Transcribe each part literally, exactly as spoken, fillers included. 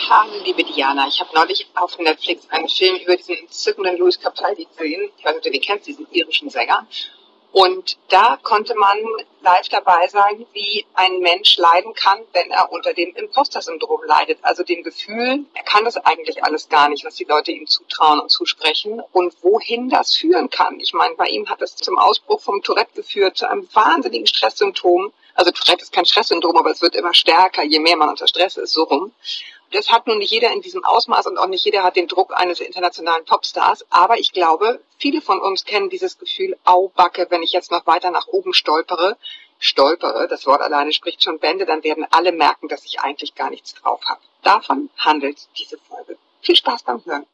Hallo, liebe Diana. Ich habe neulich auf Netflix einen Film über diesen entzückenden Lewis Capaldi gesehen. Ich weiß nicht, ob du den kennst, diesen irischen Sänger. Und da konnte man live dabei sein, wie ein Mensch leiden kann, wenn er unter dem Imposter-Syndrom leidet. Also dem Gefühl, er kann das eigentlich alles gar nicht, was die Leute ihm zutrauen und zusprechen. Und wohin das führen kann. Ich meine, bei ihm hat es zum Ausbruch vom Tourette geführt, zu einem wahnsinnigen Stresssymptom. Also Tourette ist kein Stresssyndrom, aber es wird immer stärker, je mehr man unter Stress ist, so rum. Das hat nun nicht jeder in diesem Ausmaß und auch nicht jeder hat den Druck eines internationalen Popstars. Aber ich glaube, viele von uns kennen dieses Gefühl, au Backe, wenn ich jetzt noch weiter nach oben stolpere. Stolpere, das Wort alleine spricht schon Bände, dann werden alle merken, dass ich eigentlich gar nichts drauf habe. Davon handelt diese Folge. Viel Spaß beim Hören.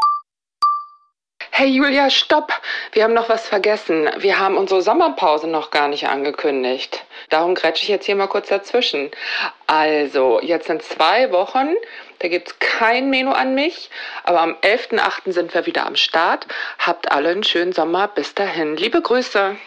Hey Julia, stopp! Wir haben noch was vergessen. Wir haben unsere Sommerpause noch gar nicht angekündigt. Darum grätsche ich jetzt hier mal kurz dazwischen. Also, jetzt sind zwei Wochen, da gibt's kein Menü an mich, aber am elften achten sind wir wieder am Start. Habt alle einen schönen Sommer. Bis dahin. Liebe Grüße!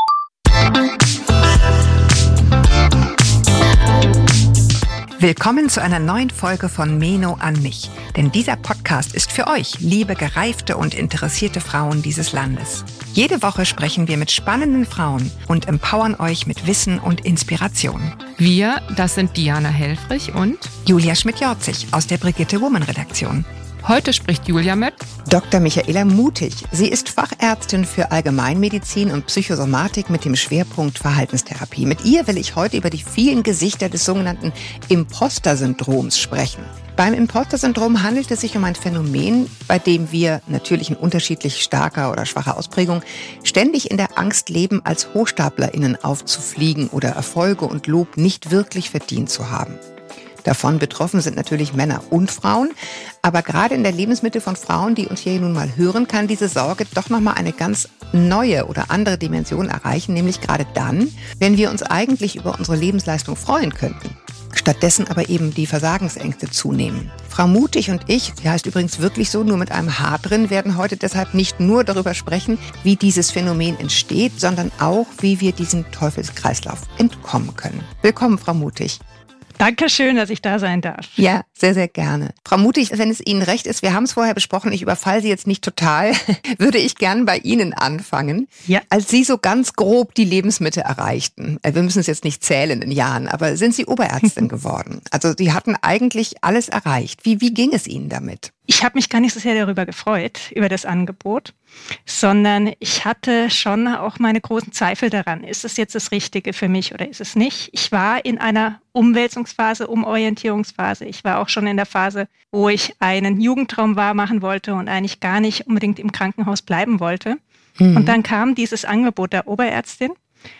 Willkommen zu einer neuen Folge von Meno an mich. Denn dieser Podcast ist für euch, liebe gereifte und interessierte Frauen dieses Landes. Jede Woche sprechen wir mit spannenden Frauen und empowern euch mit Wissen und Inspiration. Wir, das sind Diana Helfrich und Julia Schmidt-Jorzig aus der Brigitte Woman Redaktion. Heute spricht Julia mit Doktor Michaela Mutig. Sie ist Fachärztin für Allgemeinmedizin und Psychosomatik mit dem Schwerpunkt Verhaltenstherapie. Mit ihr will ich heute über die vielen Gesichter des sogenannten Imposter-Syndroms sprechen. Beim Imposter-Syndrom handelt es sich um ein Phänomen, bei dem wir, natürlich in unterschiedlich starker oder schwacher Ausprägung, ständig in der Angst leben, als HochstaplerInnen aufzufliegen oder Erfolge und Lob nicht wirklich verdient zu haben. Davon betroffen sind natürlich Männer und Frauen. Aber gerade in der Lebensmitte von Frauen, die uns hier nun mal hören, kann diese Sorge doch nochmal eine ganz neue oder andere Dimension erreichen. Nämlich gerade dann, wenn wir uns eigentlich über unsere Lebensleistung freuen könnten. Stattdessen aber eben die Versagensängste zunehmen. Frau Mutig und ich, sie heißt übrigens wirklich so, nur mit einem H drin, werden heute deshalb nicht nur darüber sprechen, wie dieses Phänomen entsteht, sondern auch, wie wir diesem Teufelskreislauf entkommen können. Willkommen, Frau Mutig. Dankeschön, dass ich da sein darf. Ja, sehr, sehr gerne. Frau Mutig, wenn es Ihnen recht ist, wir haben es vorher besprochen, ich überfalle Sie jetzt nicht total, würde ich gern bei Ihnen anfangen. Ja. Als Sie so ganz grob die Lebensmitte erreichten, wir müssen es jetzt nicht zählen in Jahren, aber sind Sie Oberärztin geworden? Also Sie hatten eigentlich alles erreicht. Wie, wie ging es Ihnen damit? Ich habe mich gar nicht so sehr darüber gefreut, über das Angebot, sondern ich hatte schon auch meine großen Zweifel daran. Ist es jetzt das Richtige für mich oder ist es nicht? Ich war in einer Umwälzungsphase, Umorientierungsphase. Ich war auch schon in der Phase, wo ich einen Jugendtraum wahrmachen wollte und eigentlich gar nicht unbedingt im Krankenhaus bleiben wollte. Mhm. Und dann kam dieses Angebot der Oberärztin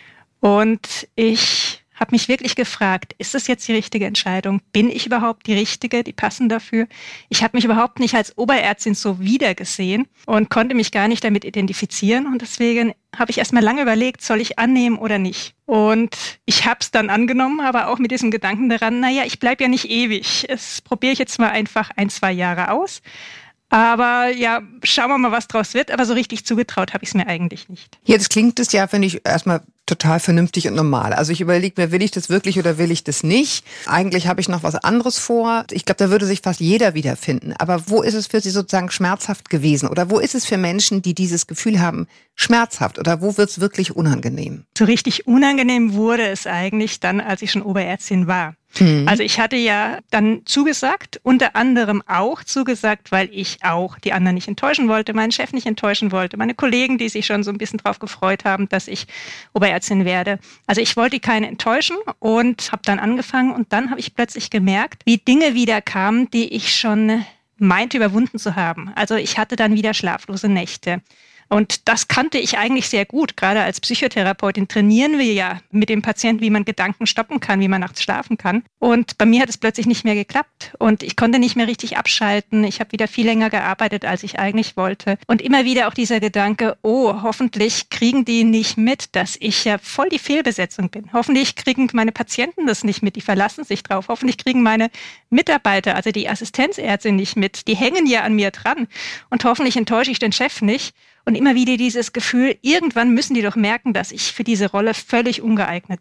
und ich habe mich wirklich gefragt, ist das jetzt die richtige Entscheidung? Bin ich überhaupt die Richtige, die passen dafür? Ich habe mich überhaupt nicht als Oberärztin so wiedergesehen und konnte mich gar nicht damit identifizieren. Und deswegen habe ich erst mal lange überlegt, soll ich annehmen oder nicht? Und ich habe es dann angenommen, aber auch mit diesem Gedanken daran, naja, ich bleibe ja nicht ewig. Das probiere ich jetzt mal einfach ein, zwei Jahre aus. Aber ja, schauen wir mal, was draus wird. Aber so richtig zugetraut habe ich es mir eigentlich nicht. Jetzt klingt es ja, finde ich, erstmal total vernünftig und normal. Also ich überlege mir, will ich das wirklich oder will ich das nicht? Eigentlich habe ich noch was anderes vor. Ich glaube, da würde sich fast jeder wiederfinden. Aber wo ist es für Sie sozusagen schmerzhaft gewesen? Oder wo ist es für Menschen, die dieses Gefühl haben, schmerzhaft? Oder wo wird es wirklich unangenehm? So richtig unangenehm wurde es eigentlich dann, als ich schon Oberärztin war. Mhm. Also ich hatte ja dann zugesagt, unter anderem auch zugesagt, weil ich auch die anderen nicht enttäuschen wollte, meinen Chef nicht enttäuschen wollte, meine Kollegen, die sich schon so ein bisschen drauf gefreut haben, dass ich Oberärztin werde. Also ich wollte keine enttäuschen und habe dann angefangen und dann habe ich plötzlich gemerkt, wie Dinge wieder kamen, die ich schon meinte überwunden zu haben. Also ich hatte dann wieder schlaflose Nächte. Und das kannte ich eigentlich sehr gut. Gerade als Psychotherapeutin trainieren wir ja mit dem Patienten, wie man Gedanken stoppen kann, wie man nachts schlafen kann. Und bei mir hat es plötzlich nicht mehr geklappt. Und ich konnte nicht mehr richtig abschalten. Ich habe wieder viel länger gearbeitet, als ich eigentlich wollte. Und immer wieder auch dieser Gedanke, oh, hoffentlich kriegen die nicht mit, dass ich ja voll die Fehlbesetzung bin. Hoffentlich kriegen meine Patienten das nicht mit, die verlassen sich drauf. Hoffentlich kriegen meine Mitarbeiter, also die Assistenzärzte nicht mit. Die hängen ja an mir dran. Und hoffentlich enttäusche ich den Chef nicht. Und immer wieder dieses Gefühl, irgendwann müssen die doch merken, dass ich für diese Rolle völlig ungeeignet bin.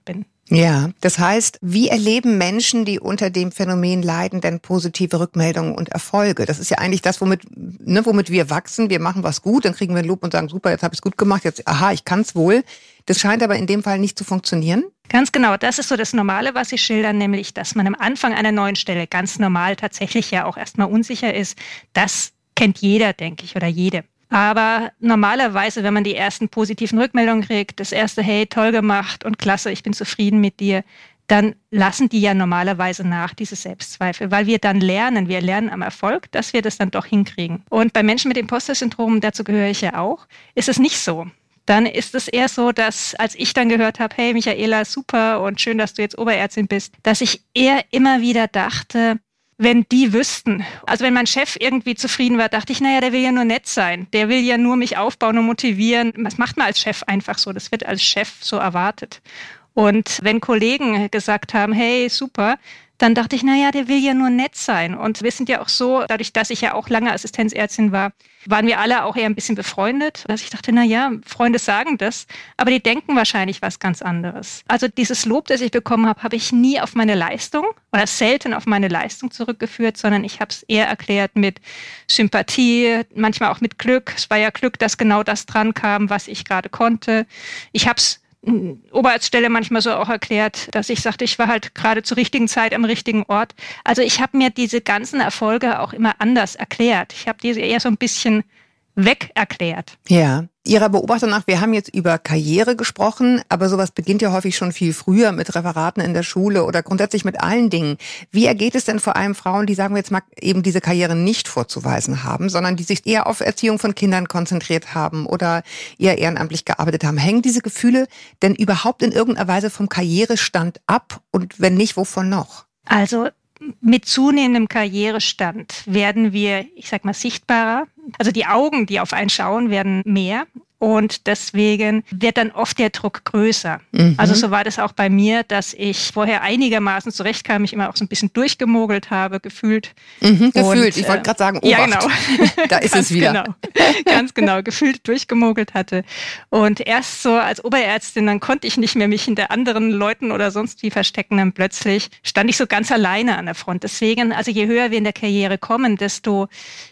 Ja, das heißt, wie erleben Menschen, die unter dem Phänomen leiden, denn positive Rückmeldungen und Erfolge? Das ist ja eigentlich das, womit, ne, womit wir wachsen. Wir machen was gut, dann kriegen wir ein Lob und sagen, super, jetzt habe ich es gut gemacht, jetzt, aha, ich kann es wohl. Das scheint aber in dem Fall nicht zu funktionieren. Ganz genau, das ist so das Normale, was Sie schildern, nämlich, dass man am Anfang einer neuen Stelle ganz normal tatsächlich ja auch erstmal unsicher ist. Das kennt jeder, denke ich, oder jede. Aber normalerweise, wenn man die ersten positiven Rückmeldungen kriegt, das erste, hey, toll gemacht und klasse, ich bin zufrieden mit dir, dann lassen die ja normalerweise nach, diese Selbstzweifel, weil wir dann lernen, wir lernen am Erfolg, dass wir das dann doch hinkriegen. Und bei Menschen mit Imposter-Syndrom, dazu gehöre ich ja auch, ist es nicht so. Dann ist es eher so, dass als ich dann gehört habe, hey Michaela, super und schön, dass du jetzt Oberärztin bist, dass ich eher immer wieder dachte, wenn die wüssten, also wenn mein Chef irgendwie zufrieden war, dachte ich, naja, der will ja nur nett sein, der will ja nur mich aufbauen und motivieren. Das macht man als Chef einfach so, das wird als Chef so erwartet. Und wenn Kollegen gesagt haben, hey, super, dann dachte ich, naja, der will ja nur nett sein. Und wir sind ja auch so, dadurch, dass ich ja auch lange Assistenzärztin war, waren wir alle auch eher ein bisschen befreundet, dass ich dachte, naja, Freunde sagen das, aber die denken wahrscheinlich was ganz anderes. Also dieses Lob, das ich bekommen habe, habe ich nie auf meine Leistung oder selten auf meine Leistung zurückgeführt, sondern ich habe es eher erklärt mit Sympathie, manchmal auch mit Glück. Es war ja Glück, dass genau das dran kam, was ich gerade konnte. Ich habe es Oberarztstelle manchmal so auch erklärt, dass ich sagte, ich war halt gerade zur richtigen Zeit am richtigen Ort. Also ich habe mir diese ganzen Erfolge auch immer anders erklärt. Ich habe diese eher so ein bisschen weg erklärt. Ja, Ihrer Beobachtung nach, wir haben jetzt über Karriere gesprochen, aber sowas beginnt ja häufig schon viel früher mit Referaten in der Schule oder grundsätzlich mit allen Dingen. Wie ergeht es denn vor allem Frauen, die, sagen wir jetzt mal, eben diese Karriere nicht vorzuweisen haben, sondern die sich eher auf Erziehung von Kindern konzentriert haben oder eher ehrenamtlich gearbeitet haben? Hängen diese Gefühle denn überhaupt in irgendeiner Weise vom Karrierestand ab und wenn nicht, wovon noch? Also mit zunehmendem Karrierestand werden wir, ich sag mal, sichtbarer. Also die Augen, die auf einen schauen, werden mehr. Und deswegen wird dann oft der Druck größer. Mhm. Also so war das auch bei mir, dass ich vorher einigermaßen zurechtkam, mich immer auch so ein bisschen durchgemogelt habe, gefühlt. Mhm, gefühlt, und, ich wollte gerade sagen, Obacht. Ja, genau. Da ist es wieder. Genau. Ganz genau, gefühlt durchgemogelt hatte. Und erst so als Oberärztin, dann konnte ich nicht mehr mich hinter anderen Leuten oder sonst wie verstecken. Dann plötzlich stand ich so ganz alleine an der Front. Deswegen, also je höher wir in der Karriere kommen, desto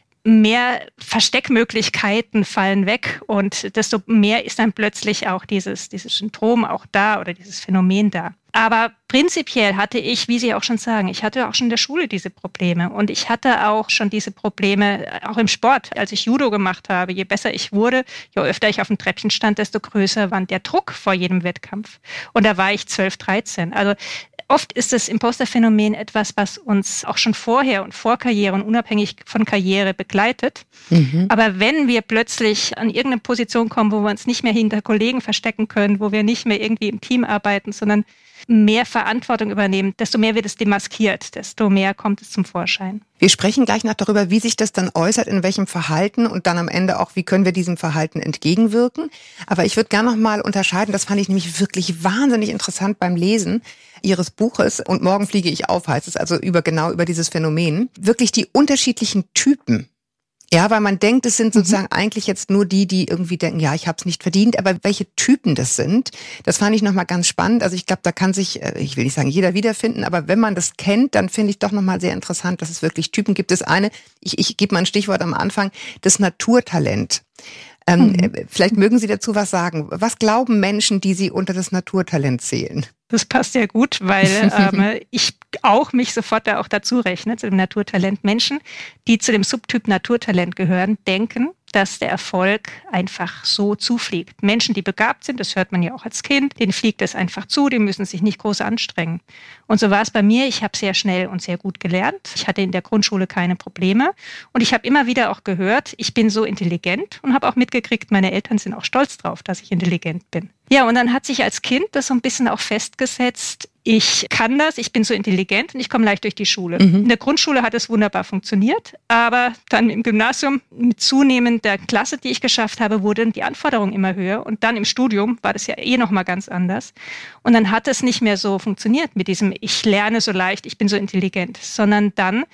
mehr Versteckmöglichkeiten fallen weg und desto mehr ist dann plötzlich auch dieses, dieses Syndrom auch da oder dieses Phänomen da. Aber prinzipiell hatte ich, wie Sie auch schon sagen, ich hatte auch schon in der Schule diese Probleme und ich hatte auch schon diese Probleme auch im Sport. Als ich Judo gemacht habe, je besser ich wurde, je öfter ich auf dem Treppchen stand, desto größer war der Druck vor jedem Wettkampf. Und da war ich zwölf, dreizehn. Also oft ist das Imposter-Phänomen etwas, was uns auch schon vorher und vor Karriere und unabhängig von Karriere begleitet. Mhm. Aber wenn wir plötzlich an irgendeine Position kommen, wo wir uns nicht mehr hinter Kollegen verstecken können, wo wir nicht mehr irgendwie im Team arbeiten, sondern mehr Verantwortung übernehmen, desto mehr wird es demaskiert, desto mehr kommt es zum Vorschein. Wir sprechen gleich noch darüber, wie sich das dann äußert, in welchem Verhalten und dann am Ende auch, wie können wir diesem Verhalten entgegenwirken. Aber ich würde gerne noch mal unterscheiden, das fand ich nämlich wirklich wahnsinnig interessant beim Lesen Ihres Buches und morgen fliege ich auf, heißt es, also über genau über dieses Phänomen, wirklich die unterschiedlichen Typen. Ja, weil man denkt, es sind sozusagen mhm. eigentlich jetzt nur die, die irgendwie denken, ja, ich habe es nicht verdient, aber welche Typen das sind, das fand ich nochmal ganz spannend. Also ich glaube, da kann sich, ich will nicht sagen, jeder wiederfinden, aber wenn man das kennt, dann finde ich doch nochmal sehr interessant, dass es wirklich Typen gibt. Das eine, ich, ich gebe mal ein Stichwort am Anfang, das Naturtalent. Ähm, mhm. Vielleicht mögen Sie dazu was sagen. Was glauben Menschen, die Sie unter das Naturtalent zählen? Das passt ja gut, weil ähm, ich auch mich sofort da auch dazu rechne, zu dem Naturtalent. Menschen, die zu dem Subtyp Naturtalent gehören, denken, dass der Erfolg einfach so zufliegt. Menschen, die begabt sind, das hört man ja auch als Kind, denen fliegt es einfach zu, die müssen sich nicht groß anstrengen. Und so war es bei mir. Ich habe sehr schnell und sehr gut gelernt. Ich hatte in der Grundschule keine Probleme. Und ich habe immer wieder auch gehört, ich bin so intelligent und habe auch mitgekriegt, meine Eltern sind auch stolz drauf, dass ich intelligent bin. Ja, und dann hat sich als Kind das so ein bisschen auch festgesetzt, ich kann das, ich bin so intelligent und ich komme leicht durch die Schule. Mhm. In der Grundschule hat es wunderbar funktioniert, aber dann im Gymnasium mit zunehmender Klasse, die ich geschafft habe, wurden die Anforderungen immer höher und dann im Studium war das ja eh nochmal ganz anders. Und dann hat es nicht mehr so funktioniert mit diesem, ich lerne so leicht, ich bin so intelligent, sondern dann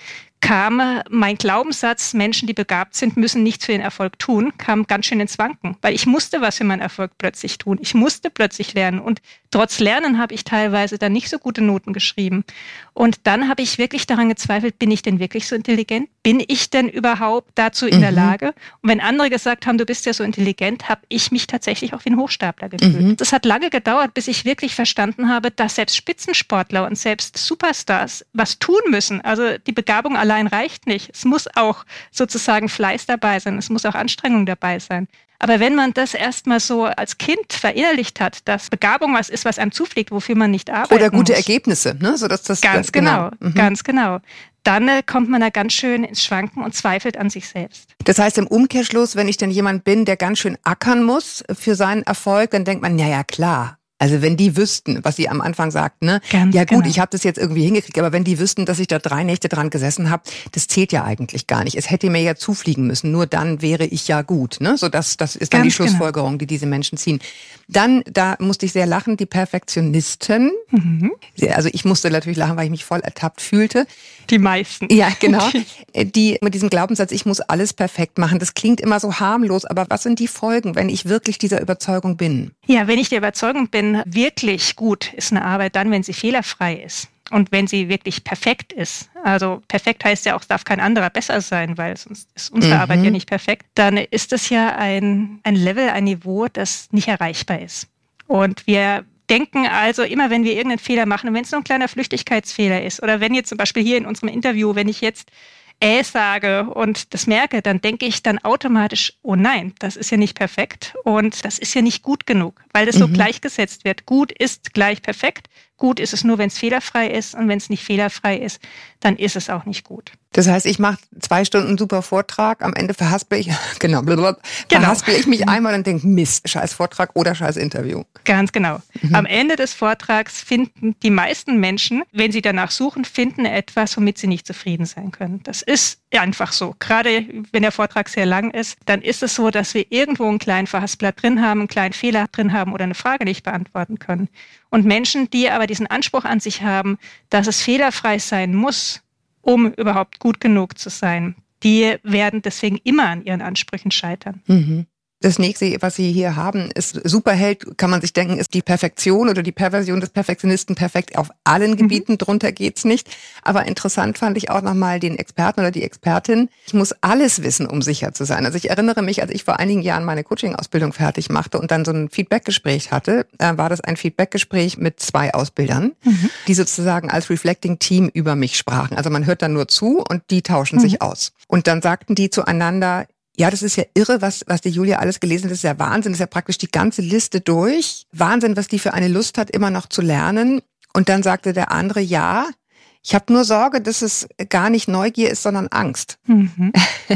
kam mein Glaubenssatz, Menschen, die begabt sind, müssen nichts für den Erfolg tun, kam ganz schön ins Wanken, weil ich musste was für meinen Erfolg plötzlich tun. Ich musste plötzlich lernen und trotz Lernen habe ich teilweise dann nicht so gute Noten geschrieben. Und dann habe ich wirklich daran gezweifelt, bin ich denn wirklich so intelligent? Bin ich denn überhaupt dazu in mhm. der Lage? Und wenn andere gesagt haben, du bist ja so intelligent, habe ich mich tatsächlich auch wie ein Hochstapler gefühlt. Mhm. Das hat lange gedauert, bis ich wirklich verstanden habe, dass selbst Spitzensportler und selbst Superstars was tun müssen. Also die Begabung allein reicht nicht. Es muss auch sozusagen Fleiß dabei sein. Es muss auch Anstrengung dabei sein. Aber wenn man das erstmal so als Kind verinnerlicht hat, dass Begabung was ist, was einem zufliegt, wofür man nicht arbeitet. Oder gute muss, Ergebnisse, ne? So dass das ganz genau, genau mhm. ganz genau. Dann äh, kommt man da ganz schön ins Schwanken und zweifelt an sich selbst. Das heißt im Umkehrschluss, wenn ich denn jemand bin, der ganz schön ackern muss für seinen Erfolg, dann denkt man, ja, ja, klar. Also wenn die wüssten, was sie am Anfang sagten, ne? Ganz ja gut, genau. ich habe das jetzt irgendwie hingekriegt, aber wenn die wüssten, dass ich da drei Nächte dran gesessen habe, das zählt ja eigentlich gar nicht. Es hätte mir ja zufliegen müssen, nur dann wäre ich ja gut. Ne? So das, das ist dann Ganz die Schlussfolgerung, genau. die diese Menschen ziehen. Dann, da musste ich sehr lachen, die Perfektionisten. Mhm. Also ich musste natürlich lachen, weil ich mich voll ertappt fühlte. Die meisten. Ja, genau. Die mit diesem Glaubenssatz, ich muss alles perfekt machen. Das klingt immer so harmlos, aber was sind die Folgen, wenn ich wirklich dieser Überzeugung bin? Ja, wenn ich der Überzeugung bin, wirklich gut ist eine Arbeit dann, wenn sie fehlerfrei ist. Und wenn sie wirklich perfekt ist, also perfekt heißt ja auch, es darf kein anderer besser sein, weil sonst ist unsere mhm. Arbeit ja nicht perfekt, dann ist das ja ein, ein Level, ein Niveau, das nicht erreichbar ist. Und wir denken also immer, wenn wir irgendeinen Fehler machen, und wenn es nur ein kleiner Flüchtigkeitsfehler ist, oder wenn jetzt zum Beispiel hier in unserem Interview, wenn ich jetzt äh sage und das merke, dann denke ich dann automatisch, oh nein, das ist ja nicht perfekt und das ist ja nicht gut genug, weil das mhm. so gleichgesetzt wird. Gut ist gleich perfekt. Gut ist es nur, wenn es fehlerfrei ist und wenn es nicht fehlerfrei ist, dann ist es auch nicht gut. Das heißt, ich mache zwei Stunden einen super Vortrag, am Ende verhaspel ich, genau, blablabla, genau. verhaspel ich mich einmal und denke, Mist, scheiß Vortrag oder scheiß Interview. Ganz genau. Mhm. Am Ende des Vortrags finden die meisten Menschen, wenn sie danach suchen, finden etwas, womit sie nicht zufrieden sein können. Das ist einfach so. Gerade wenn der Vortrag sehr lang ist, dann ist es so, dass wir irgendwo einen kleinen Verhaspler drin haben, einen kleinen Fehler drin haben oder eine Frage nicht beantworten können. Und Menschen, die aber diesen Anspruch an sich haben, dass es fehlerfrei sein muss, um überhaupt gut genug zu sein, die werden deswegen immer an ihren Ansprüchen scheitern. Mhm. Das nächste, was Sie hier haben, ist Superheld, kann man sich denken, ist die Perfektion oder die Perversion des Perfektionisten perfekt auf allen Gebieten, mhm. drunter geht's nicht. Aber interessant fand ich auch nochmal den Experten oder die Expertin. Ich muss alles wissen, um sicher zu sein. Also ich erinnere mich, als ich vor einigen Jahren meine Coaching-Ausbildung fertig machte und dann so ein Feedback-Gespräch hatte, äh, war das ein Feedback-Gespräch mit zwei Ausbildern, mhm. die sozusagen als Reflecting-Team über mich sprachen. Also man hört dann nur zu und die tauschen mhm. sich aus. Und dann sagten die zueinander, ja, das ist ja irre, was, was die Julia alles gelesen hat. Das ist ja Wahnsinn. Das ist ja praktisch die ganze Liste durch. Wahnsinn, was die für eine Lust hat, immer noch zu lernen. Und dann sagte der andere, ja, ich habe nur Sorge, dass es gar nicht Neugier ist, sondern Angst. Mhm.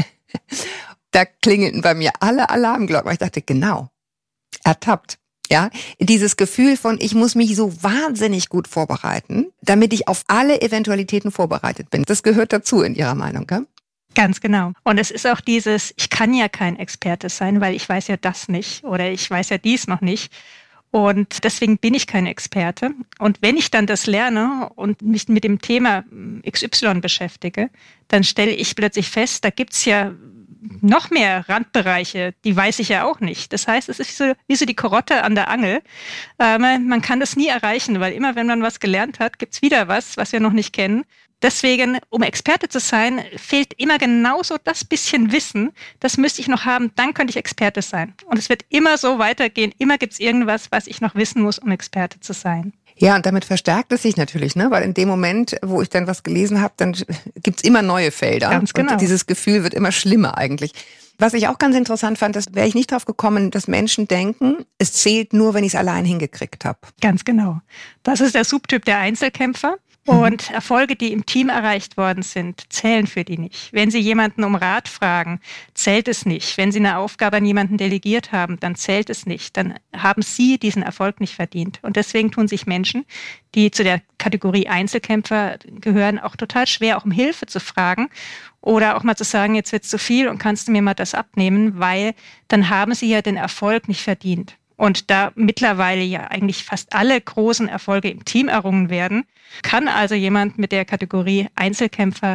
Da klingelten bei mir alle Alarmglocken. Ich dachte, genau, ertappt. Ja, dieses Gefühl von, ich muss mich so wahnsinnig gut vorbereiten, damit ich auf alle Eventualitäten vorbereitet bin. Das gehört dazu in Ihrer Meinung, gell? Ganz genau. Und es ist auch dieses, ich kann ja kein Experte sein, weil ich weiß ja das nicht oder ich weiß ja dies noch nicht. Und deswegen bin ich kein Experte. Und wenn ich dann das lerne und mich mit dem Thema X Y beschäftige, dann stelle ich plötzlich fest, da gibt's ja noch mehr Randbereiche, die weiß ich ja auch nicht. Das heißt, es ist so, wie so die Karotte an der Angel. Ähm, man kann das nie erreichen, weil immer, wenn man was gelernt hat, gibt's wieder was, was wir noch nicht kennen. Deswegen, um Experte zu sein, fehlt immer genauso das bisschen Wissen. Das müsste ich noch haben, dann könnte ich Experte sein. Und es wird immer so weitergehen. Immer gibt es irgendwas, was ich noch wissen muss, um Experte zu sein. Ja, und damit verstärkt es sich natürlich, ne? Weil in dem Moment, wo ich dann was gelesen habe, dann gibt's immer neue Felder. Ganz genau. Und dieses Gefühl wird immer schlimmer eigentlich. Was ich auch ganz interessant fand, das wäre ich nicht drauf gekommen, dass Menschen denken, es zählt nur, wenn ich es allein hingekriegt habe. Ganz genau. Das ist der Subtyp der Einzelkämpfer. Und Erfolge, die im Team erreicht worden sind, zählen für die nicht. Wenn Sie jemanden um Rat fragen, zählt es nicht. Wenn Sie eine Aufgabe an jemanden delegiert haben, dann zählt es nicht. Dann haben Sie diesen Erfolg nicht verdient. Und deswegen tun sich Menschen, die zu der Kategorie Einzelkämpfer gehören, auch total schwer, auch um Hilfe zu fragen oder auch mal zu sagen, jetzt wird's zu viel und kannst du mir mal das abnehmen, weil dann haben sie ja den Erfolg nicht verdient. Und da mittlerweile ja eigentlich fast alle großen Erfolge im Team errungen werden, kann also jemand mit der Kategorie Einzelkämpfer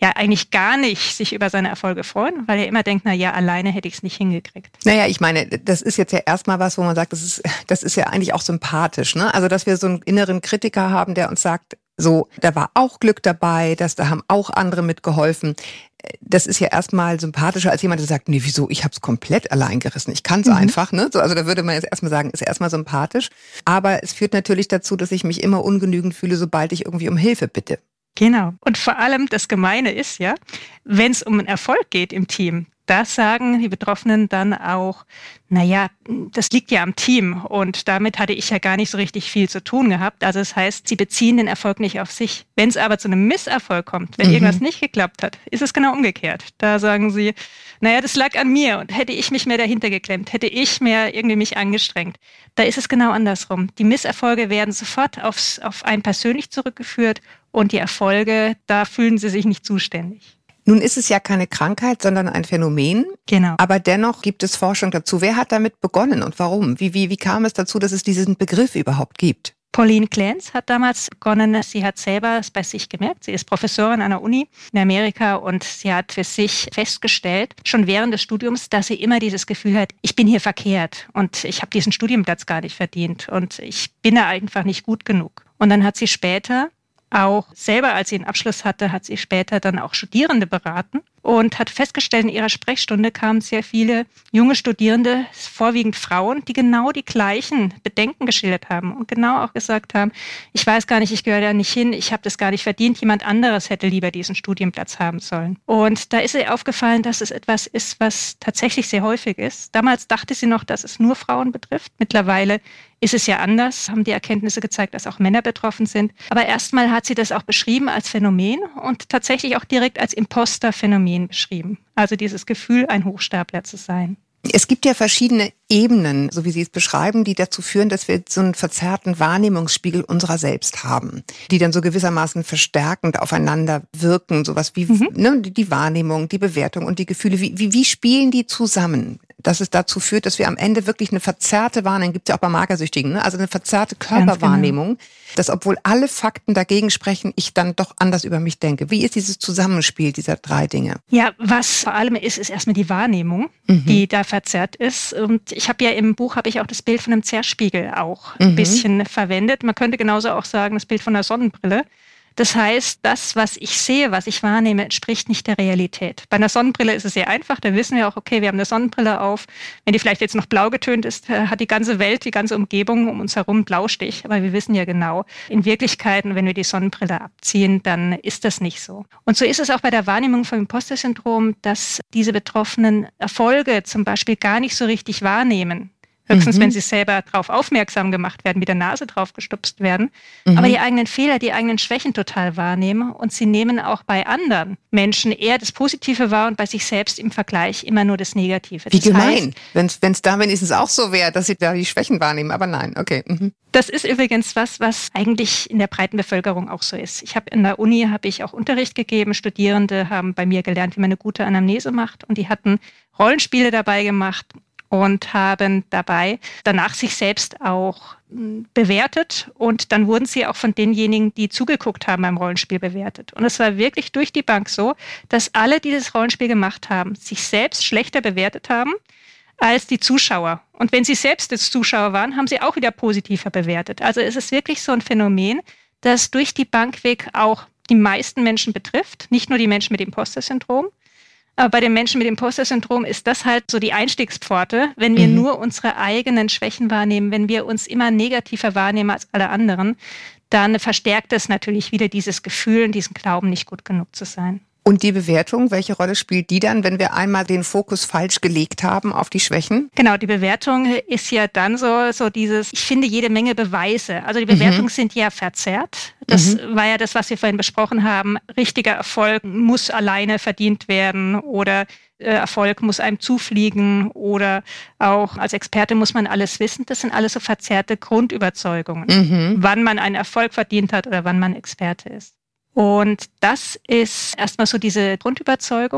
ja eigentlich gar nicht sich über seine Erfolge freuen, weil er immer denkt, na ja, alleine hätte ich es nicht hingekriegt. Naja, ich meine, das ist jetzt ja erstmal was, wo man sagt, das ist, das ist ja eigentlich auch sympathisch, ne? Also, dass wir so einen inneren Kritiker haben, der uns sagt, so, da war auch Glück dabei, dass da haben auch andere mitgeholfen. Das ist ja erstmal sympathischer als jemand, der sagt, nee, wieso, ich habe es komplett allein gerissen. Ich kann es mhm. einfach, ne? So, also da würde man jetzt erstmal sagen, ist erstmal sympathisch. Aber es führt natürlich dazu, dass ich mich immer ungenügend fühle, sobald ich irgendwie um Hilfe bitte. Genau. Und vor allem das Gemeine ist ja, wenn es um einen Erfolg geht im Team, da sagen die Betroffenen dann auch, naja, das liegt ja am Team und damit hatte ich ja gar nicht so richtig viel zu tun gehabt. Also das heißt, sie beziehen den Erfolg nicht auf sich. Wenn es aber zu einem Misserfolg kommt, wenn mhm. irgendwas nicht geklappt hat, ist es genau umgekehrt. Da sagen sie, naja, das lag an mir und hätte ich mich mehr dahinter geklemmt, hätte ich mehr irgendwie mich angestrengt. Da ist es genau andersrum. Die Misserfolge werden sofort aufs, auf einen persönlich zurückgeführt und die Erfolge, da fühlen sie sich nicht zuständig. Nun ist es ja keine Krankheit, sondern ein Phänomen. Genau. Aber dennoch gibt es Forschung dazu. Wer hat damit begonnen und warum? Wie, wie, wie kam es dazu, dass es diesen Begriff überhaupt gibt? Pauline Clance hat damals begonnen, sie hat selber es bei sich gemerkt. Sie ist Professorin an der Uni in Amerika und sie hat für sich festgestellt, schon während des Studiums, dass sie immer dieses Gefühl hat, ich bin hier verkehrt und ich habe diesen Studienplatz gar nicht verdient und ich bin da einfach nicht gut genug. Und dann hat sie später auch selber, als sie einen Abschluss hatte, hat sie später dann auch Studierende beraten und hat festgestellt, in ihrer Sprechstunde kamen sehr viele junge Studierende, vorwiegend Frauen, die genau die gleichen Bedenken geschildert haben und genau auch gesagt haben, ich weiß gar nicht, ich gehöre da nicht hin, ich habe das gar nicht verdient, jemand anderes hätte lieber diesen Studienplatz haben sollen. Und da ist ihr aufgefallen, dass es etwas ist, was tatsächlich sehr häufig ist. Damals dachte sie noch, dass es nur Frauen betrifft. Mittlerweile ist es ja anders, haben die Erkenntnisse gezeigt, dass auch Männer betroffen sind. Aber erstmal hat sie das auch beschrieben als Phänomen und tatsächlich auch direkt als Imposter-Phänomen beschrieben. Also dieses Gefühl, ein Hochstapler zu sein. Es gibt ja verschiedene Ebenen, so wie Sie es beschreiben, die dazu führen, dass wir so einen verzerrten Wahrnehmungsspiegel unserer selbst haben, die dann so gewissermaßen verstärkend aufeinander wirken, sowas wie mhm. ne, die Wahrnehmung, die Bewertung und die Gefühle. Wie, wie, wie spielen die zusammen? Dass es dazu führt, dass wir am Ende wirklich eine verzerrte Wahrnehmung, gibt es ja auch bei Magersüchtigen, ne? Also eine verzerrte Körperwahrnehmung, genau. Dass obwohl alle Fakten dagegen sprechen, ich dann doch anders über mich denke. Wie ist dieses Zusammenspiel dieser drei Dinge? Ja, was vor allem ist, ist erstmal die Wahrnehmung, mhm. die da verzerrt ist. Und ich habe ja im Buch habe ich auch das Bild von einem Zerspiegel auch mhm. ein bisschen verwendet. Man könnte genauso auch sagen, das Bild von einer Sonnenbrille. Das heißt, das, was ich sehe, was ich wahrnehme, entspricht nicht der Realität. Bei einer Sonnenbrille ist es sehr einfach, da wissen wir auch, okay, wir haben eine Sonnenbrille auf. Wenn die vielleicht jetzt noch blau getönt ist, hat die ganze Welt, die ganze Umgebung um uns herum Blaustich. Aber wir wissen ja genau, in Wirklichkeit, wenn wir die Sonnenbrille abziehen, dann ist das nicht so. Und so ist es auch bei der Wahrnehmung vom Imposter-Syndrom, dass diese Betroffenen Erfolge zum Beispiel gar nicht so richtig wahrnehmen. Höchstens, mhm. wenn sie selber darauf aufmerksam gemacht werden, mit der Nase drauf gestupst werden. Mhm. Aber die eigenen Fehler, die eigenen Schwächen total wahrnehmen. Und sie nehmen auch bei anderen Menschen eher das Positive wahr und bei sich selbst im Vergleich immer nur das Negative. Wie das gemein, wenn es da wenigstens auch so wäre, dass sie da die Schwächen wahrnehmen. Aber nein, okay. Mhm. Das ist übrigens was, was eigentlich in der breiten Bevölkerung auch so ist. Ich habe in der Uni habe ich auch Unterricht gegeben. Studierende haben bei mir gelernt, wie man eine gute Anamnese macht. Und die hatten Rollenspiele dabei gemacht. Und haben dabei danach sich selbst auch bewertet und dann wurden sie auch von denjenigen, die zugeguckt haben beim Rollenspiel, bewertet. Und es war wirklich durch die Bank so, dass alle, die das Rollenspiel gemacht haben, sich selbst schlechter bewertet haben als die Zuschauer. Und wenn sie selbst jetzt Zuschauer waren, haben sie auch wieder positiver bewertet. Also es ist wirklich so ein Phänomen, das durch die Bank weg auch die meisten Menschen betrifft, nicht nur die Menschen mit Imposter-Syndrom. Aber bei den Menschen mit Imposter-Syndrom ist das halt so die Einstiegspforte, wenn wir mhm. nur unsere eigenen Schwächen wahrnehmen, wenn wir uns immer negativer wahrnehmen als alle anderen, dann verstärkt es natürlich wieder dieses Gefühl und diesen Glauben, nicht gut genug zu sein. Und die Bewertung, welche Rolle spielt die dann, wenn wir einmal den Fokus falsch gelegt haben auf die Schwächen? Genau, die Bewertung ist ja dann so, so dieses, ich finde jede Menge Beweise. Also die Bewertungen mhm. sind ja verzerrt. Das mhm. war ja das, was wir vorhin besprochen haben. Richtiger Erfolg muss alleine verdient werden oder äh, Erfolg muss einem zufliegen oder auch als Experte muss man alles wissen. Das sind alles so verzerrte Grundüberzeugungen, mhm. wann man einen Erfolg verdient hat oder wann man Experte ist. Und das ist erstmal so diese Grundüberzeugung.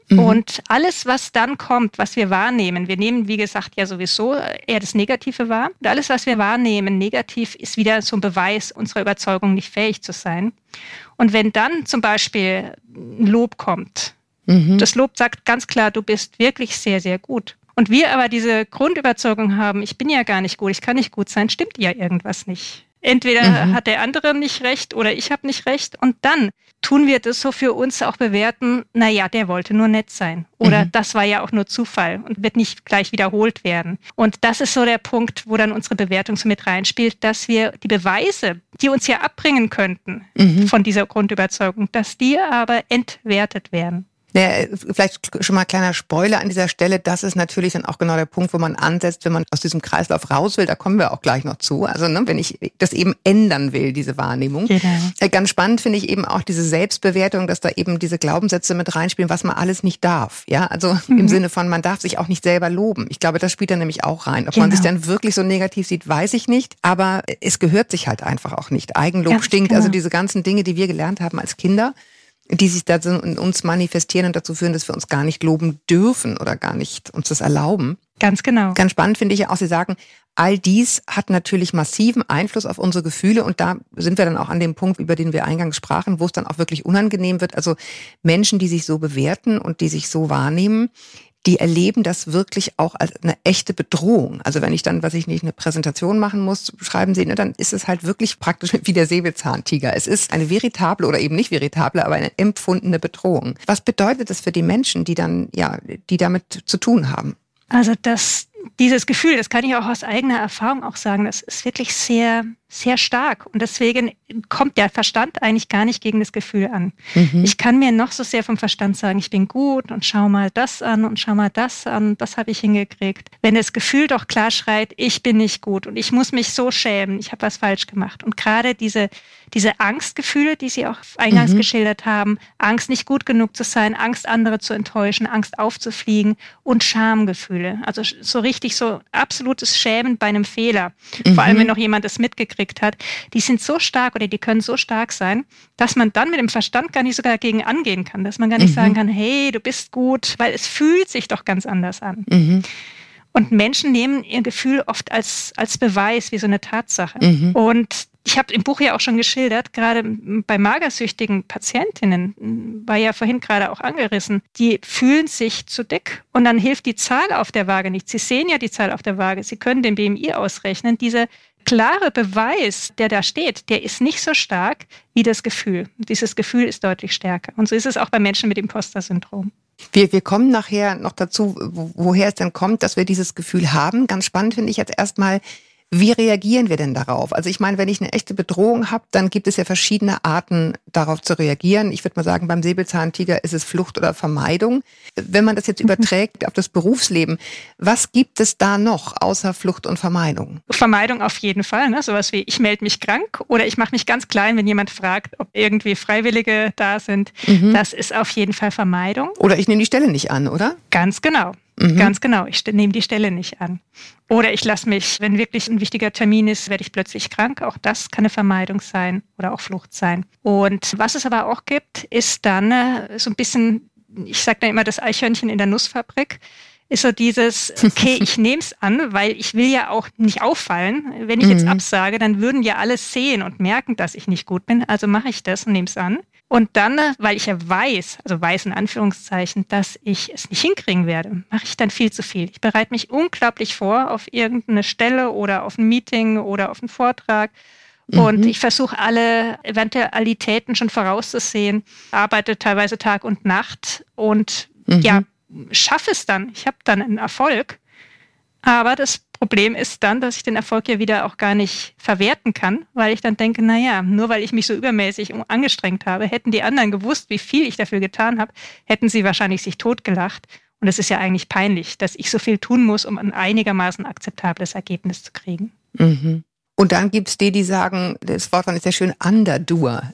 Mhm. Und alles, was dann kommt, was wir wahrnehmen, wir nehmen, wie gesagt, ja sowieso eher das Negative wahr. Und alles, was wir wahrnehmen, negativ, ist wieder so ein Beweis unserer Überzeugung, nicht fähig zu sein. Und wenn dann zum Beispiel ein Lob kommt, mhm. das Lob sagt ganz klar, du bist wirklich sehr, sehr gut. Und wir aber diese Grundüberzeugung haben, ich bin ja gar nicht gut, ich kann nicht gut sein, stimmt ja irgendwas nicht. Entweder mhm. hat der andere nicht recht oder ich habe nicht recht. Und dann tun wir das so für uns auch bewerten, naja, der wollte nur nett sein. Oder mhm. das war ja auch nur Zufall und wird nicht gleich wiederholt werden. Und das ist so der Punkt, wo dann unsere Bewertung so mit reinspielt, dass wir die Beweise, die uns ja abbringen könnten mhm. von dieser Grundüberzeugung, dass die aber entwertet werden. Naja, vielleicht schon mal ein kleiner Spoiler an dieser Stelle. Das ist natürlich dann auch genau der Punkt, wo man ansetzt, wenn man aus diesem Kreislauf raus will. Da kommen wir auch gleich noch zu. Also ne, wenn ich das eben ändern will, diese Wahrnehmung. Genau. Ganz spannend finde ich eben auch diese Selbstbewertung, dass da eben diese Glaubenssätze mit reinspielen, was man alles nicht darf. Ja, also mhm. im Sinne von, man darf sich auch nicht selber loben. Ich glaube, das spielt da nämlich auch rein. Ob genau. man sich dann wirklich so negativ sieht, weiß ich nicht. Aber es gehört sich halt einfach auch nicht. Eigenlob Ganz stinkt. Genau. Also diese ganzen Dinge, die wir gelernt haben als Kinder, die sich da in uns manifestieren und dazu führen, dass wir uns gar nicht loben dürfen oder gar nicht uns das erlauben. Ganz genau. Ganz spannend finde ich ja auch, Sie sagen, all dies hat natürlich massiven Einfluss auf unsere Gefühle und da sind wir dann auch an dem Punkt, über den wir eingangs sprachen, wo es dann auch wirklich unangenehm wird. Also Menschen, die sich so bewerten und die sich so wahrnehmen, die erleben das wirklich auch als eine echte Bedrohung. Also wenn ich dann, was ich nicht, eine Präsentation machen muss, schreiben Sie, ne, dann ist es halt wirklich praktisch wie der Säbelzahntiger. Es ist eine veritable oder eben nicht veritable, aber eine empfundene Bedrohung. Was bedeutet das für die Menschen, die dann, ja, die damit zu tun haben? Also das, dieses Gefühl, das kann ich auch aus eigener Erfahrung auch sagen, das ist wirklich sehr, sehr stark. Und deswegen kommt der Verstand eigentlich gar nicht gegen das Gefühl an. Mhm. Ich kann mir noch so sehr vom Verstand sagen, ich bin gut und schau mal das an und schau mal das an, das habe ich hingekriegt. Wenn das Gefühl doch klar schreit, ich bin nicht gut und ich muss mich so schämen, ich habe was falsch gemacht. Und gerade diese, diese Angstgefühle, die Sie auch eingangs mhm. geschildert haben, Angst nicht gut genug zu sein, Angst andere zu enttäuschen, Angst aufzufliegen und Schamgefühle. Also so richtig so absolutes Schämen bei einem Fehler. Mhm. Vor allem, wenn noch jemand das mitgekriegt hat, die sind so stark oder die können so stark sein, dass man dann mit dem Verstand gar nicht sogar dagegen angehen kann, dass man gar nicht mhm. sagen kann, hey, du bist gut, weil es fühlt sich doch ganz anders an. Mhm. Und Menschen nehmen ihr Gefühl oft als, als Beweis, wie so eine Tatsache. Mhm. Und ich habe im Buch ja auch schon geschildert, gerade bei magersüchtigen Patientinnen, war ja vorhin gerade auch angerissen, die fühlen sich zu dick und dann hilft die Zahl auf der Waage nicht. Sie sehen ja die Zahl auf der Waage, Sie können den B M I ausrechnen. Dieser klare Beweis, der da steht, der ist nicht so stark wie das Gefühl. Dieses Gefühl ist deutlich stärker. Und so ist es auch bei Menschen mit Imposter-Syndrom. Wir, wir kommen nachher noch dazu, wo, woher es denn kommt, dass wir dieses Gefühl haben. Ganz spannend finde ich jetzt erstmal, wie reagieren wir denn darauf? Also ich meine, wenn ich eine echte Bedrohung habe, dann gibt es ja verschiedene Arten, darauf zu reagieren. Ich würde mal sagen, beim Säbelzahntiger ist es Flucht oder Vermeidung. Wenn man das jetzt überträgt auf das Berufsleben, was gibt es da noch außer Flucht und Vermeidung? Vermeidung auf jeden Fall, ne? Sowas wie, ich melde mich krank oder ich mache mich ganz klein, wenn jemand fragt, ob irgendwie Freiwillige da sind. Mhm. Das ist auf jeden Fall Vermeidung. Oder ich nehme die Stelle nicht an, oder? Ganz genau. Mhm. Ganz genau, ich nehme die Stelle nicht an. Oder ich lasse mich, wenn wirklich ein wichtiger Termin ist, werde ich plötzlich krank. Auch das kann eine Vermeidung sein oder auch Flucht sein. Und was es aber auch gibt, ist dann äh, so ein bisschen, ich sage da immer das Eichhörnchen in der Nussfabrik, ist so dieses, okay, ich nehme es an, weil ich will ja auch nicht auffallen. Wenn ich jetzt mhm. absage, dann würden ja alle sehen und merken, dass ich nicht gut bin. Also mache ich das und nehme es an. Und dann, weil ich ja weiß, also weiß in Anführungszeichen, dass ich es nicht hinkriegen werde, mache ich dann viel zu viel. Ich bereite mich unglaublich vor auf irgendeine Stelle oder auf ein Meeting oder auf einen Vortrag. Und mhm. ich versuche alle Eventualitäten schon vorauszusehen, arbeite teilweise Tag und Nacht und mhm. ja, schaffe es dann. Ich habe dann einen Erfolg. Aber das Problem ist dann, dass ich den Erfolg ja wieder auch gar nicht verwerten kann, weil ich dann denke, naja, nur weil ich mich so übermäßig angestrengt habe, hätten die anderen gewusst, wie viel ich dafür getan habe, hätten sie wahrscheinlich sich totgelacht. Und es ist ja eigentlich peinlich, dass ich so viel tun muss, um ein einigermaßen akzeptables Ergebnis zu kriegen. Mhm. Und dann gibt es die, die sagen, das Wort ist ja schön, Underdoer.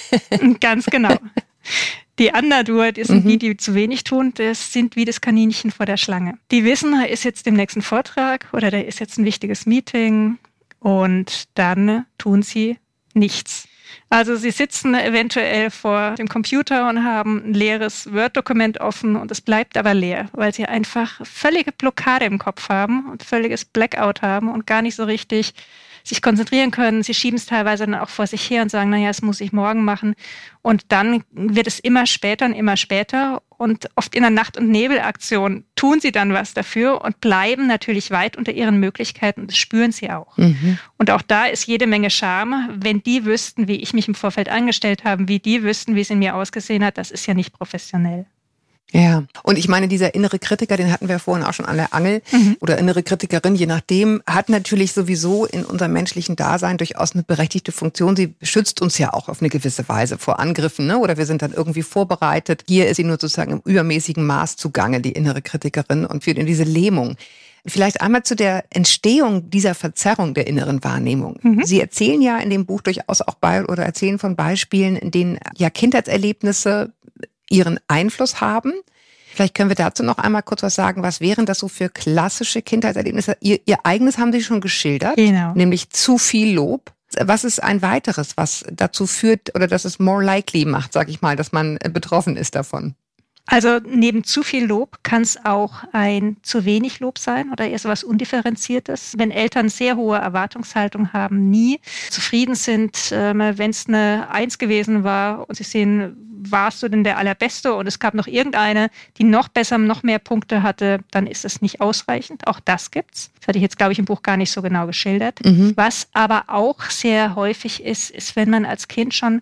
Ganz genau. Die Underdoer, das sind mhm. die, die zu wenig tun, das sind wie das Kaninchen vor der Schlange. Die wissen, da ist jetzt demnächst ein Vortrag oder da ist jetzt ein wichtiges Meeting und dann tun sie nichts. Also sie sitzen eventuell vor dem Computer und haben ein leeres Word-Dokument offen und es bleibt aber leer, weil sie einfach völlige Blockade im Kopf haben und völliges Blackout haben und gar nicht so richtig sich konzentrieren können. Sie schieben es teilweise dann auch vor sich her und sagen, naja, das muss ich morgen machen. Und dann wird es immer später und immer später. Und oft in der Nacht- und Nebelaktion tun sie dann was dafür und bleiben natürlich weit unter ihren Möglichkeiten. Und das spüren sie auch. Mhm. Und auch da ist jede Menge Scham. Wenn die wüssten, wie ich mich im Vorfeld angestellt habe, wie die wüssten, wie es in mir ausgesehen hat, das ist ja nicht professionell. Ja, und ich meine, dieser innere Kritiker, den hatten wir vorhin auch schon an der Angel, mhm. oder innere Kritikerin, je nachdem, hat natürlich sowieso in unserem menschlichen Dasein durchaus eine berechtigte Funktion. Sie schützt uns ja auch auf eine gewisse Weise vor Angriffen, ne? Oder wir sind dann irgendwie vorbereitet. Hier ist sie nur sozusagen im übermäßigen Maß zugange, die innere Kritikerin, und führt in diese Lähmung. Vielleicht einmal zu der Entstehung dieser Verzerrung der inneren Wahrnehmung. Mhm. Sie erzählen ja in dem Buch durchaus auch bei, oder erzählen von Beispielen, in denen ja Kindheitserlebnisse ihren Einfluss haben. Vielleicht können wir dazu noch einmal kurz was sagen. Was wären das so für klassische Kindheitserlebnisse? Ihr, ihr eigenes haben Sie schon geschildert, genau. Nämlich zu viel Lob. Was ist ein weiteres, was dazu führt oder dass es more likely macht, sag ich mal, dass man betroffen ist davon? Also neben zu viel Lob kann es auch ein zu wenig Lob sein oder eher so was Undifferenziertes. Wenn Eltern sehr hohe Erwartungshaltung haben, nie zufrieden sind, äh, wenn es eine Eins gewesen war und sie sehen, warst du denn der Allerbeste und es gab noch irgendeine, die noch besser, noch mehr Punkte hatte, dann ist es nicht ausreichend. Auch das gibt's. Das hatte ich jetzt, glaube ich, im Buch gar nicht so genau geschildert. Mhm. Was aber auch sehr häufig ist, ist, wenn man als Kind schon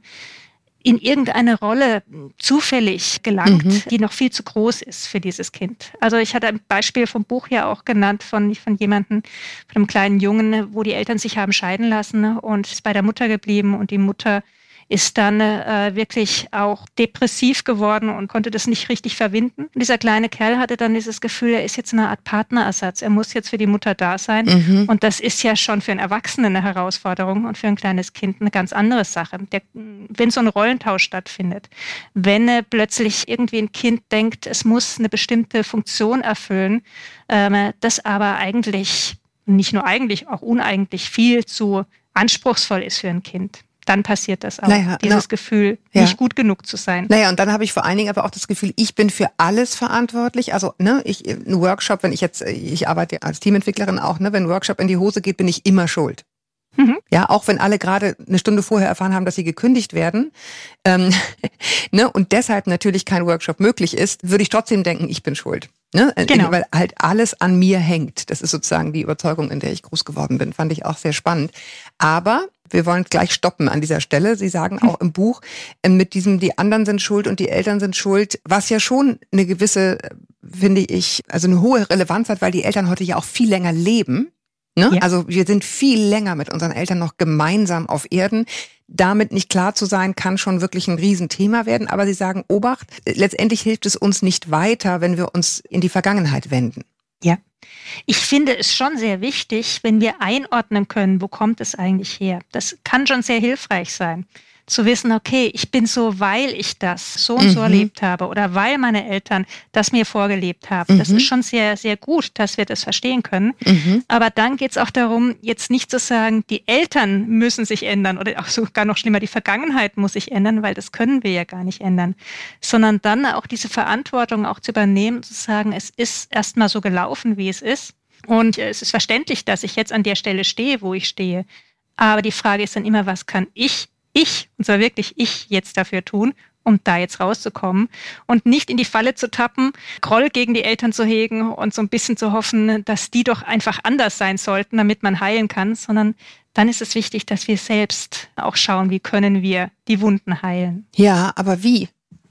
in irgendeine Rolle zufällig gelangt, mhm. die noch viel zu groß ist für dieses Kind. Also ich hatte ein Beispiel vom Buch ja auch genannt von, von jemandem, von einem kleinen Jungen, wo die Eltern sich haben scheiden lassen und ist bei der Mutter geblieben und die Mutter ist dann äh, wirklich auch depressiv geworden und konnte das nicht richtig verwinden. Und dieser kleine Kerl hatte dann dieses Gefühl, er ist jetzt eine Art Partnerersatz. Er muss jetzt für die Mutter da sein. Mhm. Und das ist ja schon für einen Erwachsenen eine Herausforderung und für ein kleines Kind eine ganz andere Sache. Der, wenn so ein Rollentausch stattfindet, wenn äh, plötzlich irgendwie ein Kind denkt, es muss eine bestimmte Funktion erfüllen, äh, das aber eigentlich, nicht nur eigentlich, auch uneigentlich viel zu anspruchsvoll ist für ein Kind. Dann passiert das auch, naja, dieses no. Gefühl, ja. nicht gut genug zu sein. Naja, und dann habe ich vor allen Dingen aber auch das Gefühl, ich bin für alles verantwortlich. Also, ne, ich, ein Workshop, wenn ich jetzt, ich arbeite als Teamentwicklerin auch, ne, wenn ein Workshop in die Hose geht, bin ich immer schuld. Mhm. Ja, auch wenn alle gerade eine Stunde vorher erfahren haben, dass sie gekündigt werden, ähm, ne, und deshalb natürlich kein Workshop möglich ist, würde ich trotzdem denken, ich bin schuld. Ne? Genau. Weil halt alles an mir hängt. Das ist sozusagen die Überzeugung, in der ich groß geworden bin. Fand ich auch sehr spannend. Aber wir wollen gleich stoppen an dieser Stelle. Sie sagen auch im Buch, mit diesem, die anderen sind schuld und die Eltern sind schuld, was ja schon eine gewisse, finde ich, also eine hohe Relevanz hat, weil die Eltern heute ja auch viel länger leben. Ne? Ja. Also wir sind viel länger mit unseren Eltern noch gemeinsam auf Erden. Damit nicht klar zu sein, kann schon wirklich ein Riesenthema werden. Aber Sie sagen, Obacht, letztendlich hilft es uns nicht weiter, wenn wir uns in die Vergangenheit wenden. Ja. Ich finde es schon sehr wichtig, wenn wir einordnen können, wo kommt es eigentlich her. Das kann schon sehr hilfreich sein. Zu wissen, okay, ich bin so, weil ich das so und so mhm. erlebt habe oder weil meine Eltern das mir vorgelebt haben. Mhm. Das ist schon sehr, sehr gut, dass wir das verstehen können. Mhm. Aber dann geht es auch darum, jetzt nicht zu sagen, die Eltern müssen sich ändern oder auch sogar noch schlimmer, die Vergangenheit muss sich ändern, weil das können wir ja gar nicht ändern. Sondern dann auch diese Verantwortung auch zu übernehmen, zu sagen, es ist erstmal so gelaufen, wie es ist. Und es ist verständlich, dass ich jetzt an der Stelle stehe, wo ich stehe. Aber die Frage ist dann immer, was kann ich Ich, und zwar wirklich ich, jetzt dafür tun, um da jetzt rauszukommen und nicht in die Falle zu tappen, Groll gegen die Eltern zu hegen und so ein bisschen zu hoffen, dass die doch einfach anders sein sollten, damit man heilen kann, sondern dann ist es wichtig, dass wir selbst auch schauen, wie können wir die Wunden heilen. Ja, aber wie?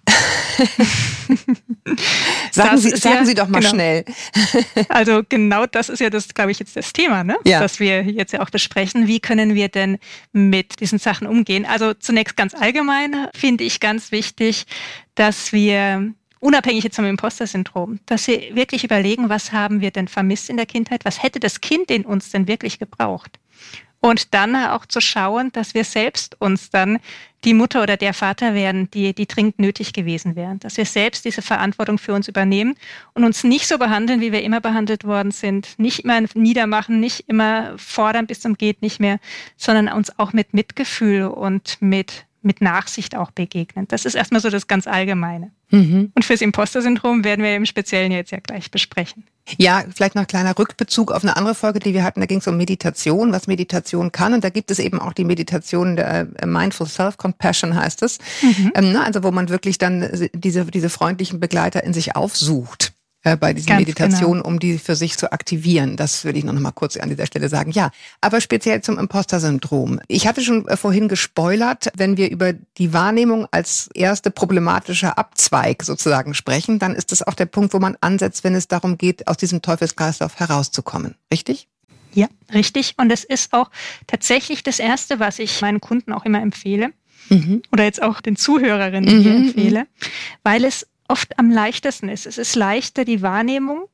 sagen Sie, sagen ja, Sie doch mal genau. schnell. Also genau das ist ja das, glaube ich, jetzt das Thema, ne? Ja. Das wir jetzt ja auch besprechen. Wie können wir denn mit diesen Sachen umgehen? Also zunächst ganz allgemein finde ich ganz wichtig, dass wir unabhängig jetzt vom Imposter-Syndrom, dass wir wirklich überlegen, was haben wir denn vermisst in der Kindheit? Was hätte das Kind in uns denn wirklich gebraucht? Und dann auch zu schauen, dass wir selbst uns dann die Mutter oder der Vater werden, die, die dringend nötig gewesen wären. Dass wir selbst diese Verantwortung für uns übernehmen und uns nicht so behandeln, wie wir immer behandelt worden sind. Nicht immer niedermachen, nicht immer fordern bis zum geht nicht mehr, sondern uns auch mit Mitgefühl und mit, mit Nachsicht auch begegnen. Das ist erstmal so das ganz Allgemeine. Mhm. Und fürs Imposter-Syndrom werden wir im Speziellen jetzt ja gleich besprechen. Ja, vielleicht noch ein kleiner Rückbezug auf eine andere Folge, die wir hatten. Da ging es um Meditation, was Meditation kann. Und da gibt es eben auch die Meditation der Mindful Self-Compassion, heißt es. Mhm. Ähm, also wo man wirklich dann diese, diese freundlichen Begleiter in sich aufsucht. Bei diesen Ganz Meditationen, genau. um die für sich zu aktivieren. Das will ich noch mal kurz an dieser Stelle sagen. Ja, aber speziell zum Imposter-Syndrom. Ich hatte schon vorhin gespoilert, wenn wir über die Wahrnehmung als erste problematische Abzweig sozusagen sprechen, dann ist das auch der Punkt, wo man ansetzt, wenn es darum geht, aus diesem Teufelskreislauf herauszukommen. Richtig? Ja, richtig. Und es ist auch tatsächlich das Erste, was ich meinen Kunden auch immer empfehle. Mhm. Oder jetzt auch den Zuhörerinnen hier mhm. empfehle. Weil es oft am leichtesten ist. Es ist leichter, die Wahrnehmung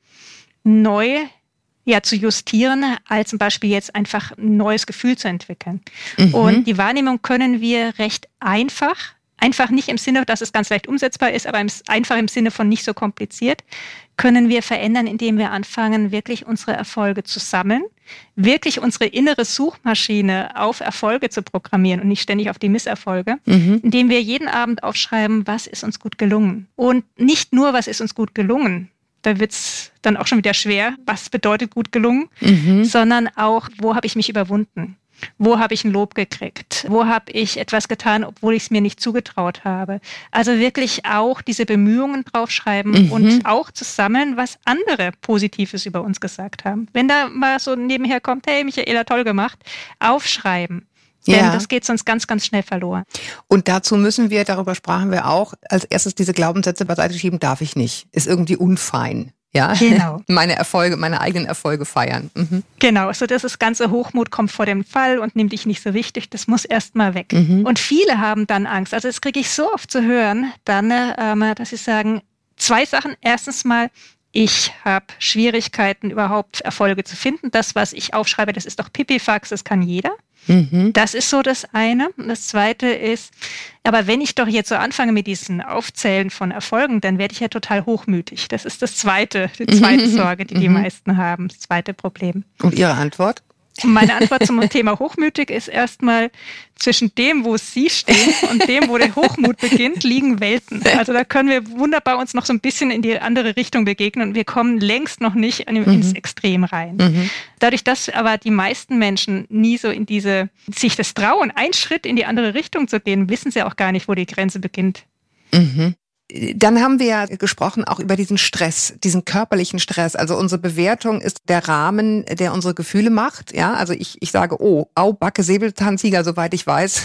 neu ja, zu justieren, als zum Beispiel jetzt einfach ein neues Gefühl zu entwickeln. Mhm. Und die Wahrnehmung können wir recht einfach, einfach nicht im Sinne, dass es ganz leicht umsetzbar ist, aber einfach im Sinne von nicht so kompliziert, können wir verändern, indem wir anfangen, wirklich unsere Erfolge zu sammeln, wirklich unsere innere Suchmaschine auf Erfolge zu programmieren und nicht ständig auf die Misserfolge, mhm. indem wir jeden Abend aufschreiben, was ist uns gut gelungen. Und nicht nur, was ist uns gut gelungen, da wird's dann auch schon wieder schwer, was bedeutet gut gelungen, mhm. sondern auch, wo habe ich mich überwunden. Wo habe ich ein Lob gekriegt? Wo habe ich etwas getan, obwohl ich es mir nicht zugetraut habe? Also wirklich auch diese Bemühungen draufschreiben mhm. und auch zu sammeln, was andere Positives über uns gesagt haben. Wenn da mal so nebenher kommt, hey, Michaela, toll gemacht, aufschreiben. Denn ja. das geht sonst ganz, ganz schnell verloren. Und dazu müssen wir, darüber sprachen wir auch, als erstes diese Glaubenssätze beiseite schieben, darf ich nicht. Ist irgendwie unfein. Ja, genau. meine Erfolge, meine eigenen Erfolge feiern. Mhm. Genau, also das ist ganze Hochmut kommt vor dem Fall und nimm dich nicht so wichtig, das muss erst mal weg. Mhm. Und viele haben dann Angst. Also das kriege ich so oft zu hören, dann, ähm, dass sie sagen, zwei Sachen. Erstens mal, ich habe Schwierigkeiten, überhaupt Erfolge zu finden. Das, was ich aufschreibe, das ist doch Pipifax, das kann jeder. Mhm. Das ist so das eine. Und das zweite ist, aber wenn ich doch jetzt so anfange mit diesen Aufzählen von Erfolgen, dann werde ich ja total hochmütig. Das ist das zweite, die zweite mhm. Sorge, die mhm. die meisten haben, das zweite Problem. Und Ihre Antwort? Meine Antwort zum Thema hochmütig ist erstmal, zwischen dem, wo Sie stehen und dem, wo der Hochmut beginnt, liegen Welten. Also da können wir wunderbar uns noch so ein bisschen in die andere Richtung begegnen und wir kommen längst noch nicht ins Extrem rein. Mhm. Dadurch, dass aber die meisten Menschen nie so in diese, sich das trauen, einen Schritt in die andere Richtung zu gehen, wissen sie auch gar nicht, wo die Grenze beginnt. Mhm. Dann haben wir ja gesprochen auch über diesen Stress, diesen körperlichen Stress. Also unsere Bewertung ist der Rahmen, der unsere Gefühle macht. Ja, also ich, ich sage, oh, au, Backe, Säbelzahntiger, soweit ich weiß,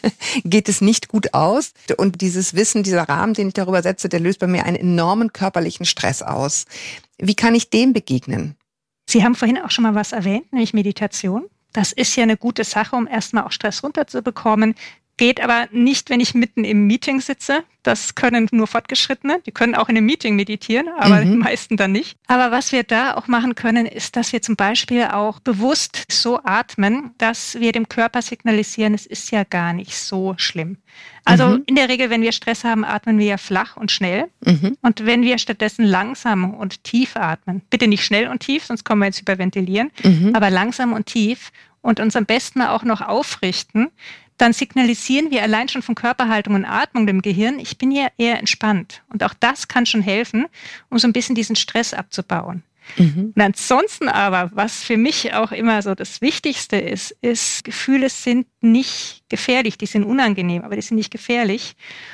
geht es nicht gut aus. Und dieses Wissen, dieser Rahmen, den ich darüber setze, der löst bei mir einen enormen körperlichen Stress aus. Wie kann ich dem begegnen? Sie haben vorhin auch schon mal was erwähnt, nämlich Meditation. Das ist ja eine gute Sache, um erstmal auch Stress runterzubekommen. Geht aber nicht, wenn ich mitten im Meeting sitze. Das können nur Fortgeschrittene. Die können auch in einem Meeting meditieren, aber mhm. die meisten dann nicht. Aber was wir da auch machen können, ist, dass wir zum Beispiel auch bewusst so atmen, dass wir dem Körper signalisieren, es ist ja gar nicht so schlimm. Also mhm. in der Regel, wenn wir Stress haben, atmen wir ja flach und schnell. Mhm. Und wenn wir stattdessen langsam und tief atmen, bitte nicht schnell und tief, sonst kommen wir ins Hyperventilieren, mhm. aber langsam und tief und uns am besten auch noch aufrichten, dann signalisieren wir allein schon von Körperhaltung und Atmung dem Gehirn, ich bin ja eher entspannt. Und auch das kann schon helfen, um so ein bisschen diesen Stress abzubauen. Mhm. Und ansonsten aber, was für mich auch immer so das Wichtigste ist, ist, Gefühle sind nicht gefährlich, die sind unangenehm, aber die sind nicht gefährlich.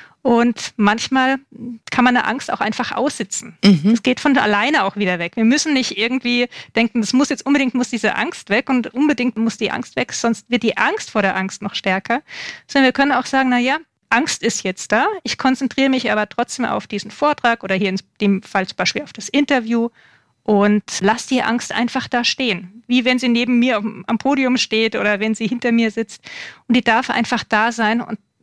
Und manchmal kann man eine Angst auch einfach aussitzen. Mhm. Das geht von alleine auch wieder weg. Wir müssen nicht irgendwie denken, das muss jetzt unbedingt, muss diese Angst weg und unbedingt muss die Angst weg, sonst wird die Angst vor der Angst noch stärker. Sondern wir können auch sagen, na ja, Angst ist jetzt da. Ich konzentriere mich aber trotzdem auf diesen Vortrag oder hier in dem Fall zum Beispiel auf das Interview und lass die Angst einfach da stehen. Wie wenn sie neben mir am Podium steht oder wenn sie hinter mir sitzt. Und die darf einfach da sein und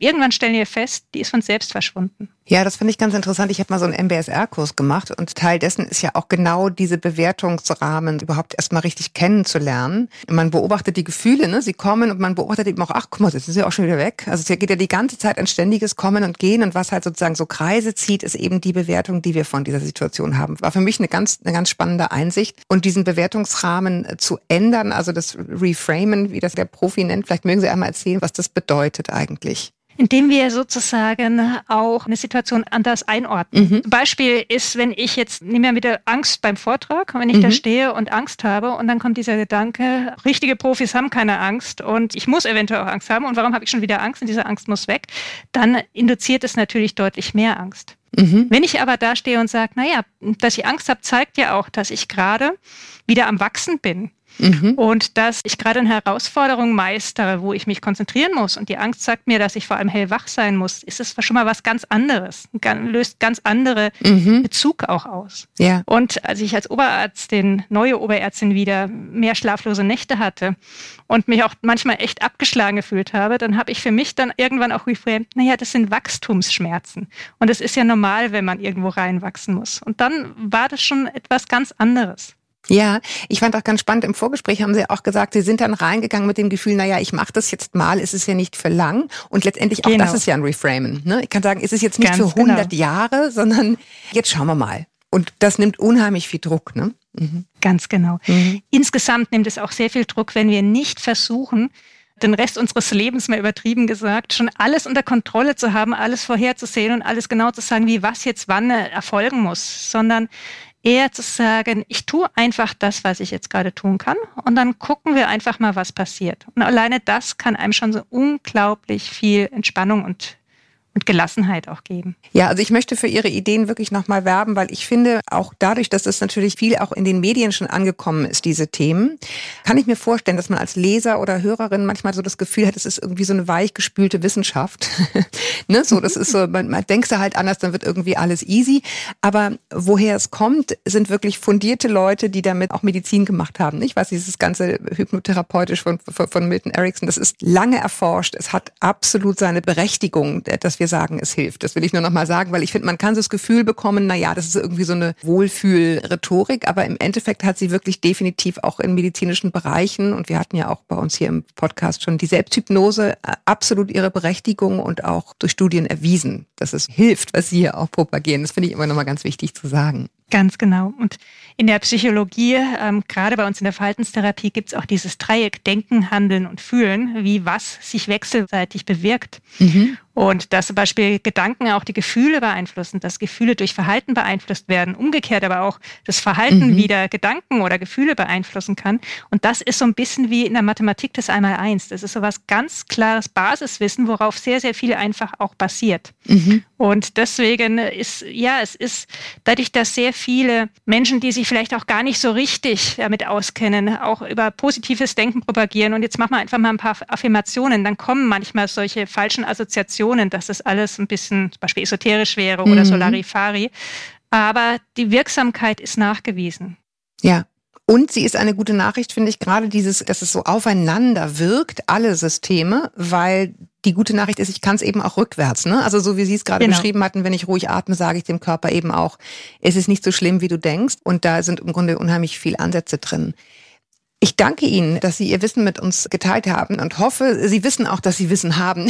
irgendwann stellen wir fest, die ist von selbst verschwunden. Ja, das finde ich ganz interessant. Ich habe mal so einen M B S R-Kurs gemacht und Teil dessen ist ja auch genau diese Bewertungsrahmen überhaupt erstmal richtig kennenzulernen. Man beobachtet die Gefühle, ne? Sie kommen und man beobachtet eben auch, ach guck mal, jetzt sind sie auch schon wieder weg. Also es geht ja die ganze Zeit ein ständiges Kommen und Gehen und was halt sozusagen so Kreise zieht, ist eben die Bewertung, die wir von dieser Situation haben. War für mich eine ganz, eine ganz spannende Einsicht. Und diesen Bewertungsrahmen zu ändern, also das Reframen, wie das der Profi nennt, vielleicht mögen Sie einmal erzählen, was das bedeutet eigentlich. Indem wir sozusagen auch eine Situation anders einordnen. Mhm. Zum Beispiel ist, wenn ich jetzt, nehmen wir wieder Angst beim Vortrag, wenn ich mhm. da stehe und Angst habe und dann kommt dieser Gedanke, richtige Profis haben keine Angst und ich muss eventuell auch Angst haben und warum habe ich schon wieder Angst und diese Angst muss weg, dann induziert es natürlich deutlich mehr Angst. Mhm. Wenn ich aber da stehe und sage, naja, dass ich Angst habe, zeigt ja auch, dass ich gerade wieder am Wachsen bin. Mhm. Und dass ich gerade eine Herausforderung meistere, wo ich mich konzentrieren muss und die Angst sagt mir, dass ich vor allem hellwach sein muss, ist es schon mal was ganz anderes, löst ganz andere mhm. Bezug auch aus. Ja. Und als ich als Oberärztin, neue Oberärztin wieder mehr schlaflose Nächte hatte und mich auch manchmal echt abgeschlagen gefühlt habe, dann habe ich für mich dann irgendwann auch reframed, naja, das sind Wachstumsschmerzen und es ist ja normal, wenn man irgendwo reinwachsen muss. Und dann war das schon etwas ganz anderes. Ja, ich fand auch ganz spannend, im Vorgespräch haben Sie auch gesagt, Sie sind dann reingegangen mit dem Gefühl, naja, ich mache das jetzt mal, es ist ja nicht für lang und letztendlich auch genau. Das ist ja ein Reframen. Ne? Ich kann sagen, es ist jetzt nicht ganz für hundert genau. Jahre, sondern jetzt schauen wir mal. Und das nimmt unheimlich viel Druck. Ne? Mhm. Ganz genau. Mhm. Insgesamt nimmt es auch sehr viel Druck, wenn wir nicht versuchen, den Rest unseres Lebens, mal übertrieben gesagt, schon alles unter Kontrolle zu haben, alles vorherzusehen und alles genau zu sagen, wie was jetzt wann erfolgen muss, sondern eher zu sagen, ich tue einfach das, was ich jetzt gerade tun kann und dann gucken wir einfach mal, was passiert. Und alleine das kann einem schon so unglaublich viel Entspannung und und Gelassenheit auch geben. Ja, also ich möchte für Ihre Ideen wirklich nochmal werben, weil ich finde, auch dadurch, dass das natürlich viel auch in den Medien schon angekommen ist, diese Themen, kann ich mir vorstellen, dass man als Leser oder Hörerin manchmal so das Gefühl hat, es ist irgendwie so eine weichgespülte Wissenschaft. Ne, so, das ist so, man, man denkt da halt anders, dann wird irgendwie alles easy. Aber woher es kommt, sind wirklich fundierte Leute, die damit auch Medizin gemacht haben. Ich weiß, dieses ganze hypnotherapeutisch von, von, von Milton Erickson, das ist lange erforscht. Es hat absolut seine Berechtigung, dass wir sagen, es hilft. Das will ich nur noch mal sagen, weil ich finde, man kann so das Gefühl bekommen, na ja, das ist irgendwie so eine Wohlfühl-Rhetorik, aber im Endeffekt hat sie wirklich definitiv auch in medizinischen Bereichen, und wir hatten ja auch bei uns hier im Podcast schon die Selbsthypnose, absolut ihre Berechtigung und auch durch Studien erwiesen, dass es hilft, was Sie hier auch propagieren. Das finde ich immer noch mal ganz wichtig zu sagen. Ganz genau. Und in der Psychologie, ähm, gerade bei uns in der Verhaltenstherapie, gibt es auch dieses Dreieck Denken, Handeln und Fühlen, wie was sich wechselseitig bewirkt. Mhm. Und dass zum Beispiel Gedanken auch die Gefühle beeinflussen, dass Gefühle durch Verhalten beeinflusst werden, umgekehrt aber auch das Verhalten mhm. wieder Gedanken oder Gefühle beeinflussen kann. Und das ist so ein bisschen wie in der Mathematik das Einmaleins. Das ist so was ganz klares Basiswissen, worauf sehr, sehr viel einfach auch basiert. Mhm. Und deswegen ist, ja, es ist dadurch, dass sehr viele Menschen, die sich vielleicht auch gar nicht so richtig damit auskennen, auch über positives Denken propagieren. Und jetzt machen wir einfach mal ein paar Affirmationen. Dann kommen manchmal solche falschen Assoziationen, dass das alles ein bisschen zum Beispiel esoterisch wäre oder mhm. Solarifari. Aber die Wirksamkeit ist nachgewiesen. Ja. Und sie ist eine gute Nachricht, finde ich, gerade dieses, dass es so aufeinander wirkt, alle Systeme, weil die gute Nachricht ist, ich kann es eben auch rückwärts. Ne? Also so wie Sie es gerade genau. beschrieben hatten, wenn ich ruhig atme, sage ich dem Körper eben auch, es ist nicht so schlimm, wie du denkst. Und da sind im Grunde unheimlich viele Ansätze drin. Ich danke Ihnen, dass Sie Ihr Wissen mit uns geteilt haben und hoffe, Sie wissen auch, dass Sie Wissen haben.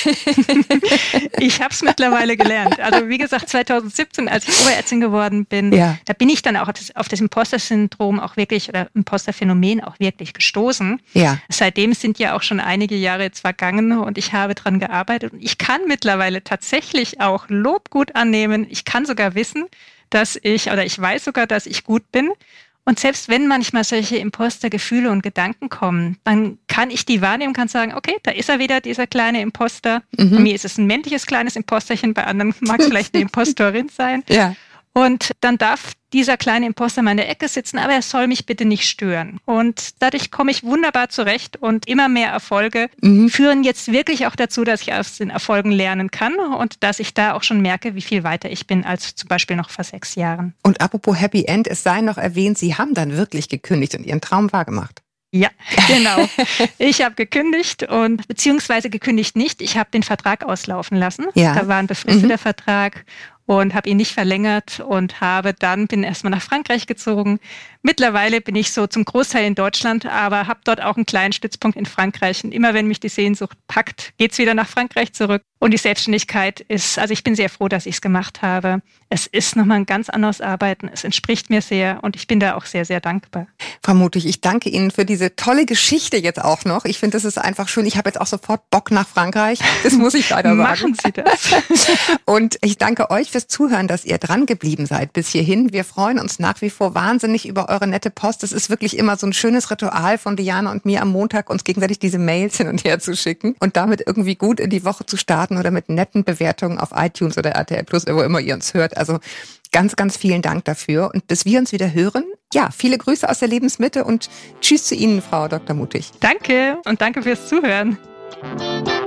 Ich habe es mittlerweile gelernt. Also wie gesagt, zweitausendsiebzehn, als ich Oberärztin geworden bin, ja. da bin ich dann auch auf das, auf das Imposter-Syndrom auch wirklich, oder Imposter-Phänomen auch wirklich gestoßen. Ja. Seitdem sind ja auch schon einige Jahre jetzt vergangen und ich habe dran gearbeitet. Und ich kann mittlerweile tatsächlich auch Lob gut annehmen. Ich kann sogar wissen, dass ich, oder ich weiß sogar, dass ich gut bin. Und selbst wenn manchmal solche Imposter-Gefühle und Gedanken kommen, dann kann ich die wahrnehmen, kann sagen, okay, da ist er wieder, dieser kleine Imposter. Mhm. Bei mir ist es ein männliches kleines Imposterchen, bei anderen mag es vielleicht eine Impostorin sein. Ja. Und dann darf dieser kleine Imposter mal in der Ecke sitzen, aber er soll mich bitte nicht stören. Und dadurch komme ich wunderbar zurecht und immer mehr Erfolge mhm. führen jetzt wirklich auch dazu, dass ich aus den Erfolgen lernen kann und dass ich da auch schon merke, wie viel weiter ich bin als zum Beispiel noch vor sechs Jahren. Und apropos Happy End, es sei noch erwähnt, Sie haben dann wirklich gekündigt und Ihren Traum wahrgemacht. Ja, genau. Ich habe gekündigt und beziehungsweise gekündigt nicht. Ich habe den Vertrag auslaufen lassen. Ja. Da war ein befristeter Mhm. Vertrag und habe ihn nicht verlängert und habe dann, bin erstmal nach Frankreich gezogen. Mittlerweile bin ich so zum Großteil in Deutschland, aber habe dort auch einen kleinen Stützpunkt in Frankreich. Und immer wenn mich die Sehnsucht packt, geht's wieder nach Frankreich zurück. Und die Selbstständigkeit ist, also ich bin sehr froh, dass ich es gemacht habe. Es ist nochmal ein ganz anderes Arbeiten. Es entspricht mir sehr und ich bin da auch sehr, sehr dankbar. Frau Muthig, ich danke Ihnen für diese tolle Geschichte jetzt auch noch. Ich finde, das ist einfach schön. Ich habe jetzt auch sofort Bock nach Frankreich. Das muss ich leider sagen. Machen Sie das. Und ich danke euch fürs Zuhören, dass ihr dran geblieben seid bis hierhin. Wir freuen uns nach wie vor wahnsinnig über eure nette Post. Es ist wirklich immer so ein schönes Ritual von Diana und mir am Montag, uns gegenseitig diese Mails hin und her zu schicken und damit irgendwie gut in die Woche zu starten oder mit netten Bewertungen auf iTunes oder R T L Plus, wo immer ihr uns hört. Also ganz, ganz vielen Dank dafür. Und bis wir uns wieder hören, ja, viele Grüße aus der Lebensmitte und tschüss zu Ihnen, Frau Doktor Muthig. Danke und danke fürs Zuhören.